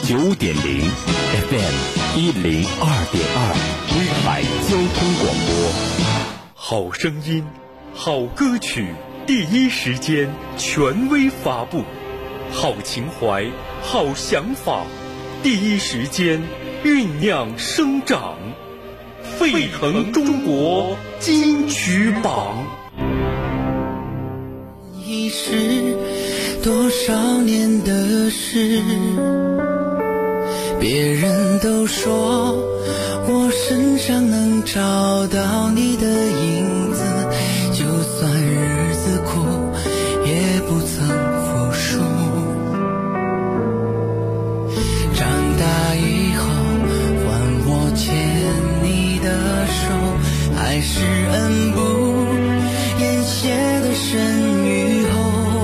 9.0 FM102.2 威海交通广播。 好声音，好歌曲，第一时间权威发布；好情怀，好想法，第一时间酝酿生长。沸腾中国金曲榜。 已是多少年的事，别人都说我身上能找到你的影子，就算日子苦也不曾服输。长大以后还我牵你的手，还是恩不言谢的深雨后，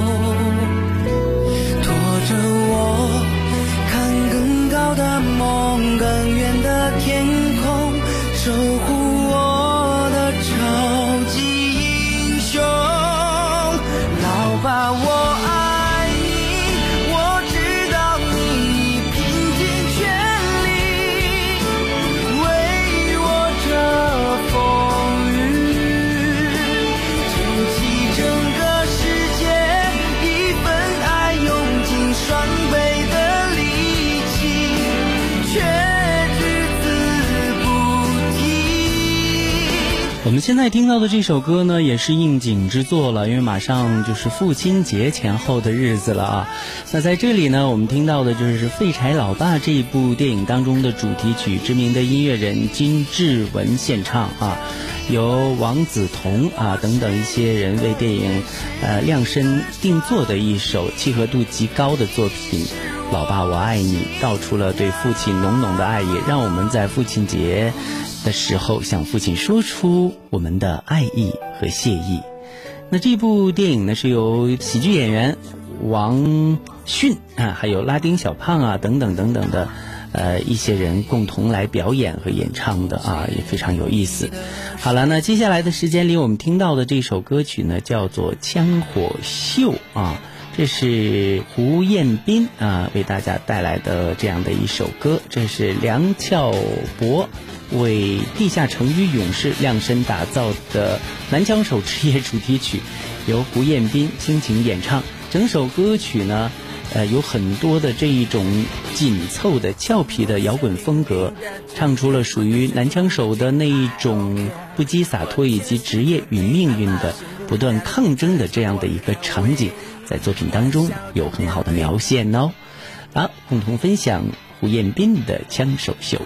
拖着我看更高的梦，更远的天空，守护我的超级英雄。老爸我爱你，我知道你拼尽全力为我遮风雨，撑起整个世界，一份爱用尽双倍的力气，却只字不提。 我们现在听到的这首歌呢，也是应景之作了，因为马上就是父亲节前后的日子了啊。那在这里呢，我们听到的就是《废柴老爸》这一部电影当中的主题曲，知名的音乐人金志文献唱啊，由王子彤啊等等一些人为电影量身定做的一首契合度极高的作品。老爸我爱你，道出了对父亲浓浓的爱意，让我们在父亲节的时候向父亲说出我们的爱意和谢意。那这部电影呢，是由喜剧演员王迅啊，还有拉丁小胖啊等等等等的一些人共同来表演和演唱的啊，也非常有意思。好了，那接下来的时间里我们听到的这首歌曲呢，叫做《枪火秀》啊，这是胡彦斌啊为大家带来的这样的一首歌，这是梁翘柏为地下城与勇士量身打造的男枪手职业主题曲，由胡彦斌倾情演唱。整首歌曲呢有很多的这一种紧凑的俏皮的摇滚风格，唱出了属于男枪手的那一种不羁洒脱以及职业与命运的不断抗争的这样的一个场景，在作品当中有很好的描现哦。好，共同分享胡彦斌的枪手秀。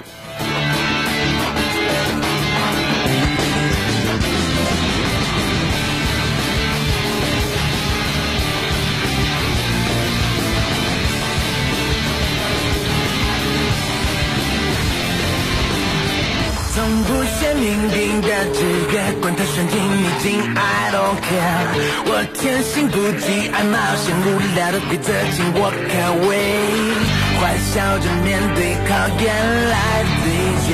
从不限命定的制约，管它顺境逆境 I don't care， 我天性不羁，爱冒险，无聊的规则请我可为，坏笑着面对考验来的对决，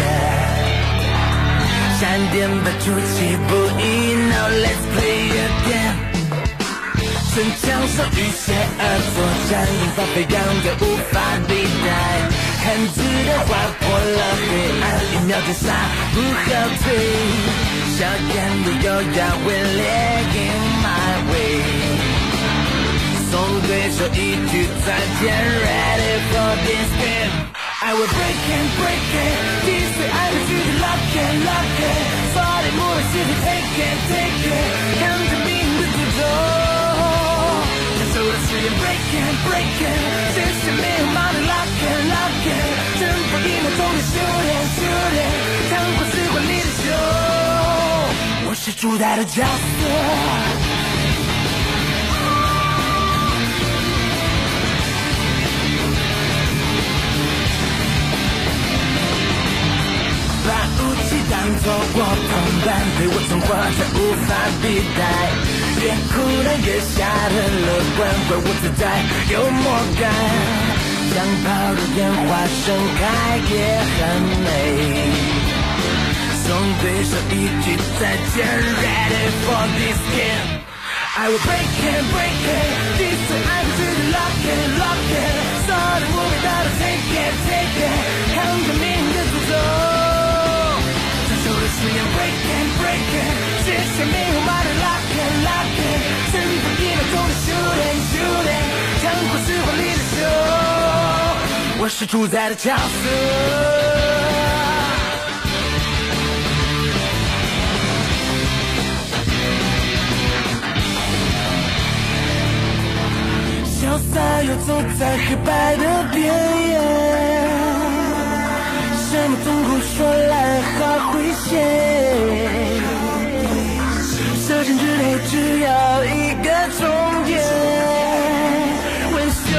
闪电般出其不意 Now let's play again， 唇枪手与邪恶作战，引发飞扬的无法抵挡，看似的划破了黑暗，一秒间杀不后退，笑颜的优雅 will live in my way， 送对手一句再见 Ready for this game， I will break it break it， 击碎爱的距离 lock it lock it， 发点末日试图 take it take it， 看着命运的诅咒，承受的誓言 break it break it， 这些没有毛的 lock it lock it， 征服一秒钟的修炼修炼，看过时光里的秀，我是主宰的角色。把武器当作我同伴，对我生活才无法替代，越苦难越下的乐观，怪我自在幽默感，像泡的烟花盛开也很美，送对手一句再见 Ready for this game， I will break it break it， 击碎爱的距离 lock it lock it， 所有的无味道都 take it 是主宰的角色。潇洒游走在黑白的边缘，什么痛苦说来好危险，设身之内只要一个终点，文秀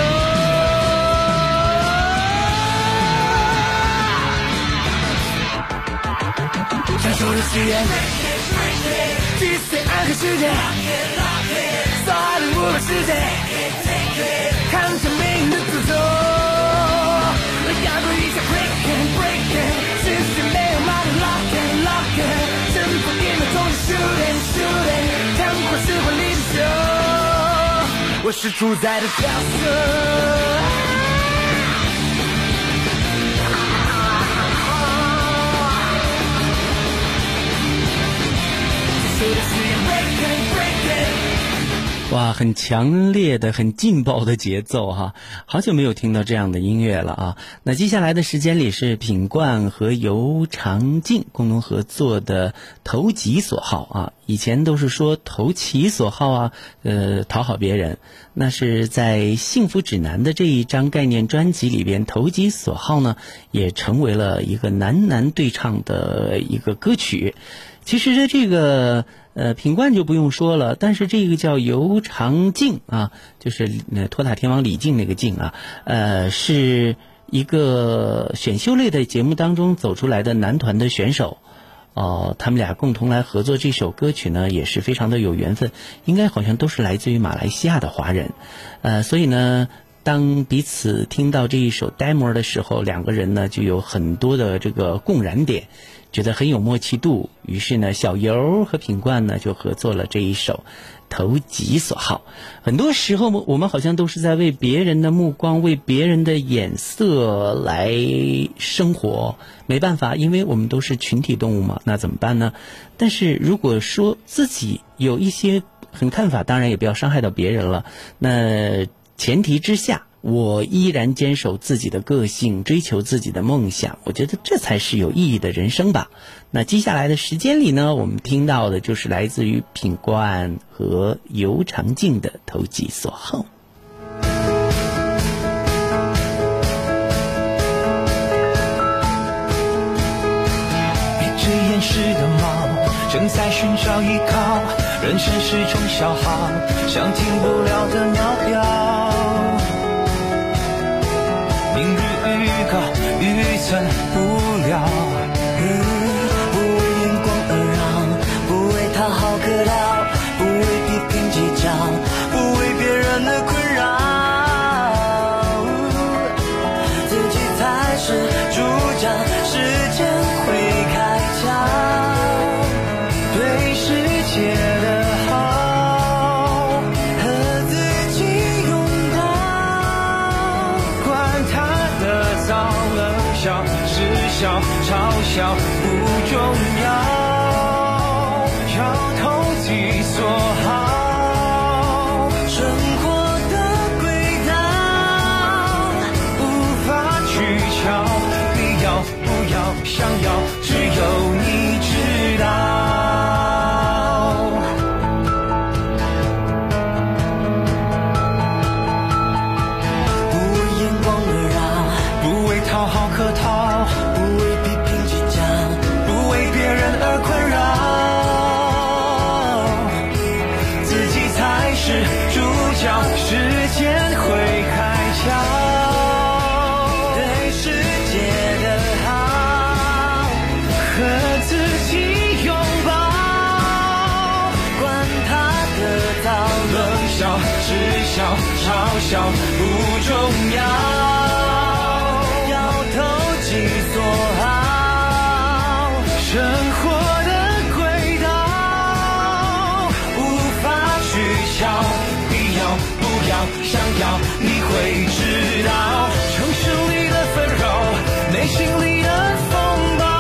享受的誓言，击碎暗黑世界，扫海的无法世界，看着命运的诅咒，要过一下 breaking， 世界没有马的 locking， 征服一秒钟的 shooting， 将会是华丽的秀，我是主宰的角色。 哇，很强烈的、很劲爆的节奏哈！好久没有听到这样的音乐了啊！那接下来的时间里是品冠和尤长靖共同合作的《投己所好》啊。以前都是说投其所好啊，讨好别人。那是在《幸福指南》的这一张概念专辑里边，《投己所好》呢也成为了一个男对唱的一个歌曲。其实这个品冠就不用说了，但是这个叫尤长靖啊，就是托塔天王李靖那个靖啊，是一个选秀类的节目当中走出来的男团的选手。他们俩共同来合作这首歌曲呢，也是非常的有缘分，应该好像都是来自于马来西亚的华人，所以呢，当彼此听到这一首 demo 的时候，两个人呢就有很多的这个共燃点，觉得很有默契度，于是呢，小尤和品冠呢就合作了这一首投己所好。很多时候我们好像都是在为别人的目光、为别人的眼色来生活，没办法，因为我们都是群体动物嘛，那怎么办呢？但是如果说自己有一些很看法，当然也不要伤害到别人了，那前提之下我依然坚守自己的个性，追求自己的梦想，我觉得这才是有意义的人生吧。那接下来的时间里呢，我们听到的就是来自于品冠和尤长靖的投己所好。 闭着眼视的猫正在寻找依靠，人生是种消耗，像停不了的鸟标。明日预告预测不了，不为眼光而让，不为讨好可讨，不为批评计较，不为别人的困扰，自己才是主角，时间会开窍，对世界的好和自己拥抱，管他的造冷笑是笑嘲笑不重要，要投己所好，生活的轨道无法取巧，必要不要想要只有你知道。不为眼光而让，不为讨好可讨，不为批评计较，不为别人而困扰，自己才是主角，时间会开窍，对世界的好和自己拥抱，管他的造冷笑是笑嘲笑不重要，要投己所好，生活的轨道无法取巧，必要不要想要你会知道，城市里的纷扰，内心里的风暴，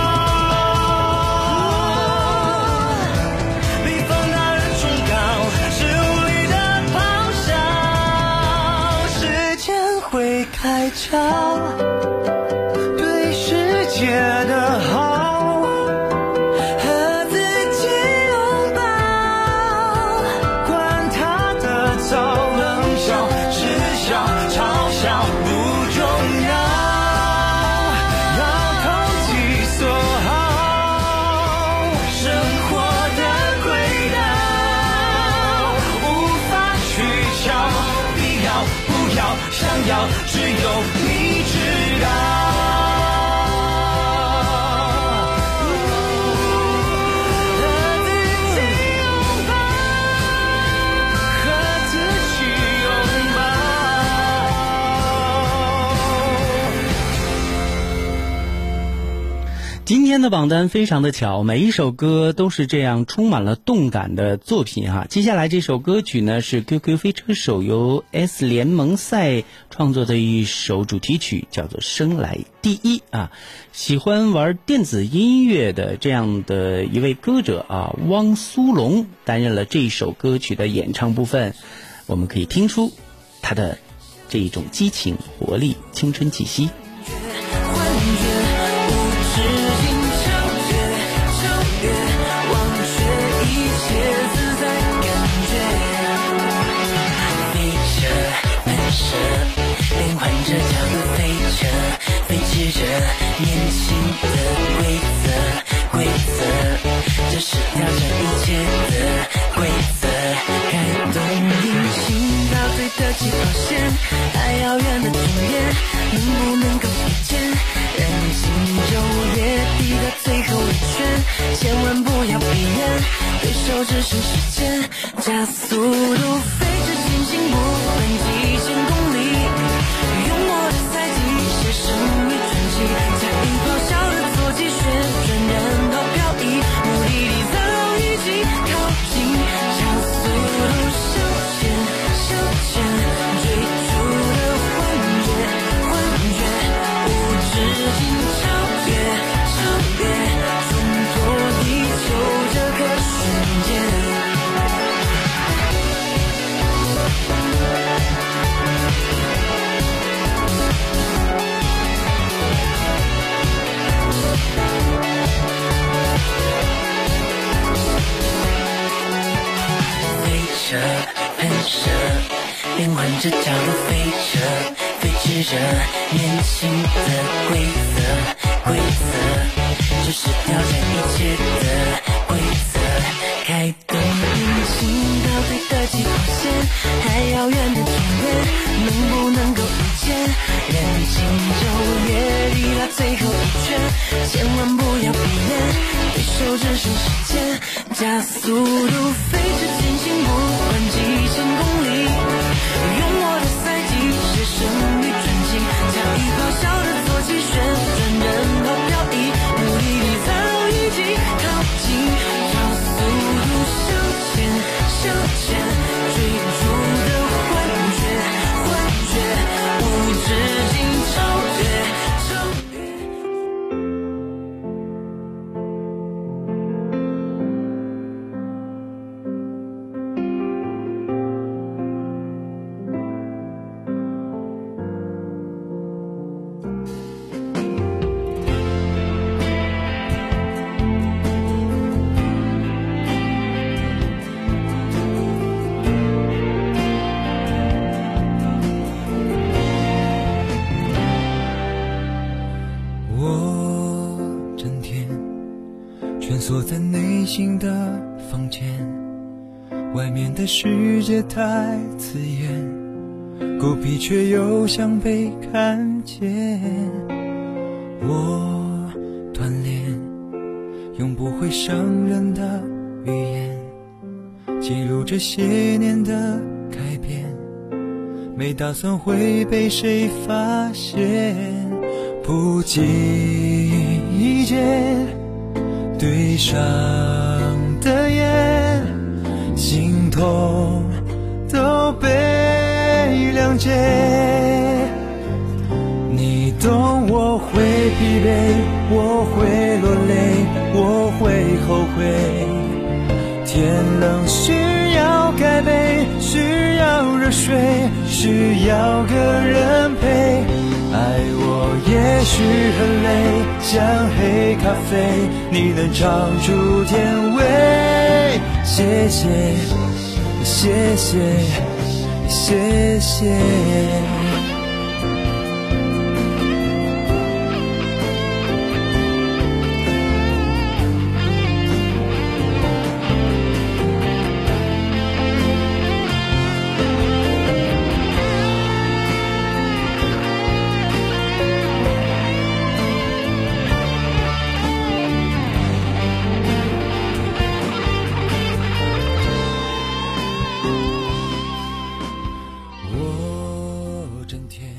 比放大人崇高，是无力的咆哮，时间会太吵，对世界的好，和自己拥抱，管他的吵冷笑，耻笑嘲笑不重要，要投其所好，生活的轨道无法取巧，必要不要想要只有你知道。 今天的榜单非常的巧，每一首歌都是这样充满了动感的作品哈。接下来这首歌曲呢是 QQ 飞车手游 S 联盟赛创作的一首主题曲，叫做生来第一啊。喜欢玩电子音乐的这样的一位歌者啊，汪苏泷担任了这首歌曲的演唱部分，我们可以听出他的这一种激情、活力、青春气息。 连环着角度飞着，飞驰着年轻的规则，这是挑战一切的规则。开动引擎到对的起跑线，还遥远的终点，能不能够遇见？人心就越低的最后一圈，千万不要闭眼，对手只剩时间，加速度飞驰前行，不管几千公里。用我的赛季写生命传奇，在一咆哮的左击旋转，然后漂移，目的地再绕一级靠近，加速度向前，追逐的幻觉，无止境超越，冲破地球这个瞬间。喷射，连环着角度飞驰着年轻的规则，这是挑战一切的规则。开动引擎到对的起跑线，还遥远的终点，能不能够遇见？人心就越离了最后一圈，千万不要闭眼，对手只剩时间，加速度飞驰前行，不管几千公里。用我的赛季写生命传奇，加一咆哮的左击旋转，然后漂移，目的地再绕一级靠近，加速度向前，追逐的幻觉，无止境超越。 锁在内心的房间，外面的世界太刺眼，狗屁却又想被看见。我锻炼用不会伤人的语言，记录这些年的改变，没打算会被谁发现。不经意间对上的眼，心痛都被谅解。你懂我会疲惫，我会落泪，我会后悔。天冷需要盖被，需要热水， 需要个人陪。爱我也许很累，像黑咖啡，你能尝出甜味。谢谢，谢谢，谢谢。我整天